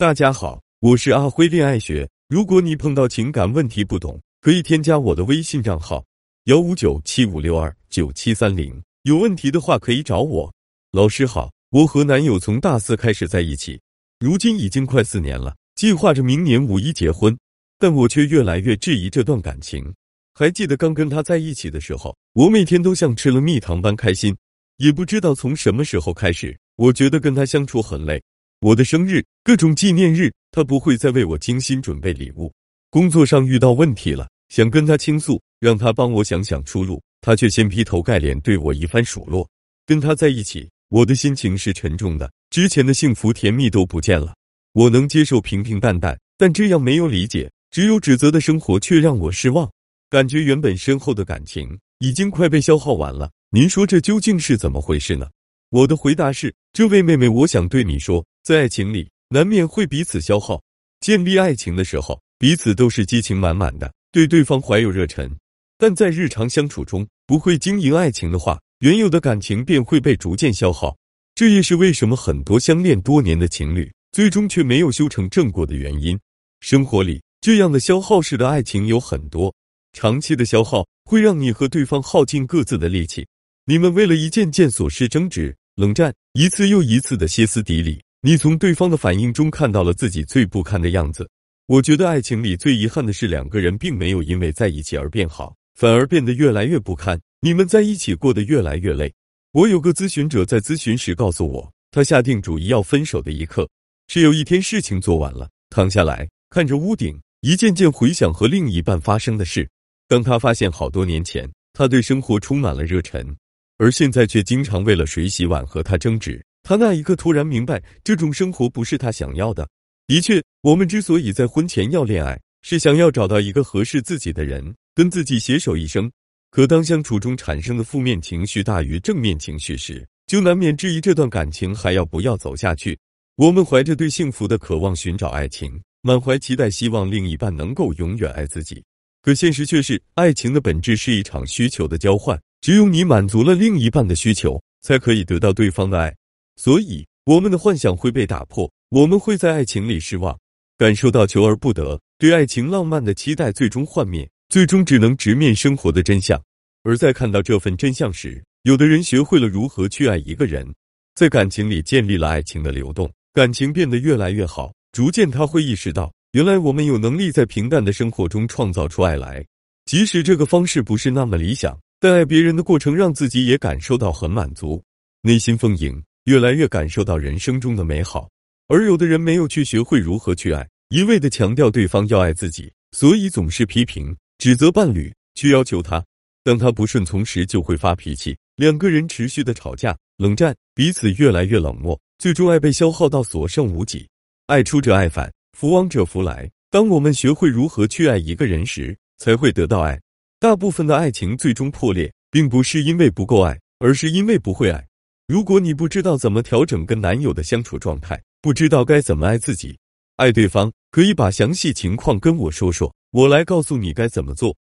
大家好，我是阿辉恋爱学。如果你碰到情感问题不懂，可以添加我的微信账号15975629730，有问题的话可以找我。老师好，我和男友从大4开始在一起，如今已经快4年了，计划着明年5一结婚，但我却越来越质疑这段感情。还记得刚跟他在一起的时候，我每天都像吃了蜜糖般开心，也不知道从什么时候开始，我觉得跟他相处很累。我的生日、各种纪念日，他不会再为我精心准备礼物。工作上遇到问题了，想跟他倾诉，让他帮我想想出路，他却先劈头盖脸对我一番数落。跟他在一起，我的心情是沉重的，之前的幸福甜蜜都不见了。我能接受平平淡淡，但这样没有理解，只有指责的生活却让我失望。感觉原本深厚的感情已经快被消耗完了，您说这究竟是怎么回事呢？我的回答是，这位妹妹，我想对你说，在爱情里难免会彼此消耗。建立爱情的时候，彼此都是激情满满的，对对方怀有热忱，但在日常相处中不会经营爱情的话，原有的感情便会被逐渐消耗。这也是为什么很多相恋多年的情侣最终却没有修成正果的原因。生活里这样的消耗式的爱情有很多，长期的消耗会让你和对方耗尽各自的力气，你们为了一件件琐事争执、冷战，一次又一次的歇斯底里，你从对方的反应中看到了自己最不堪的样子。我觉得爱情里最遗憾的是，两个人并没有因为在一起而变好，反而变得越来越不堪，你们在一起过得越来越累。我有个咨询者在咨询时告诉我，他下定主意要分手的一刻，是有一天事情做完了，躺下来看着屋顶，一件件回想和另一半发生的事。当他发现好多年前他对生活充满了热忱，而现在却经常为了水洗碗和他争执，他那一刻突然明白，这种生活不是他想要的。的确，我们之所以在婚前要恋爱，是想要找到一个合适自己的人，跟自己携手一生。可当相处中产生的负面情绪大于正面情绪时，就难免质疑这段感情还要不要走下去。我们怀着对幸福的渴望寻找爱情，满怀期待，希望另一半能够永远爱自己。可现实却是，爱情的本质是一场需求的交换，只有你满足了另一半的需求，才可以得到对方的爱。所以，我们的幻想会被打破，我们会在爱情里失望，感受到求而不得，对爱情浪漫的期待最终幻灭，最终只能直面生活的真相。而在看到这份真相时，有的人学会了如何去爱一个人，在感情里建立了爱情的流动，感情变得越来越好。逐渐他会意识到，原来我们有能力在平淡的生活中创造出爱来，即使这个方式不是那么理想，但爱别人的过程让自己也感受到很满足，内心丰盈，越来越感受到人生中的美好。而有的人没有去学会如何去爱，一味地强调对方要爱自己，所以总是批评、指责伴侣，去要求他。当他不顺从时就会发脾气，两个人持续的吵架、冷战，彼此越来越冷漠，最终爱被消耗到所剩无几。爱出者爱返，福往者福来。当我们学会如何去爱一个人时，才会得到爱。大部分的爱情最终破裂，并不是因为不够爱，而是因为不会爱。如果你不知道怎么调整跟男友的相处状态，不知道该怎么爱自己、爱对方，可以把详细情况跟我说说，我来告诉你该怎么做。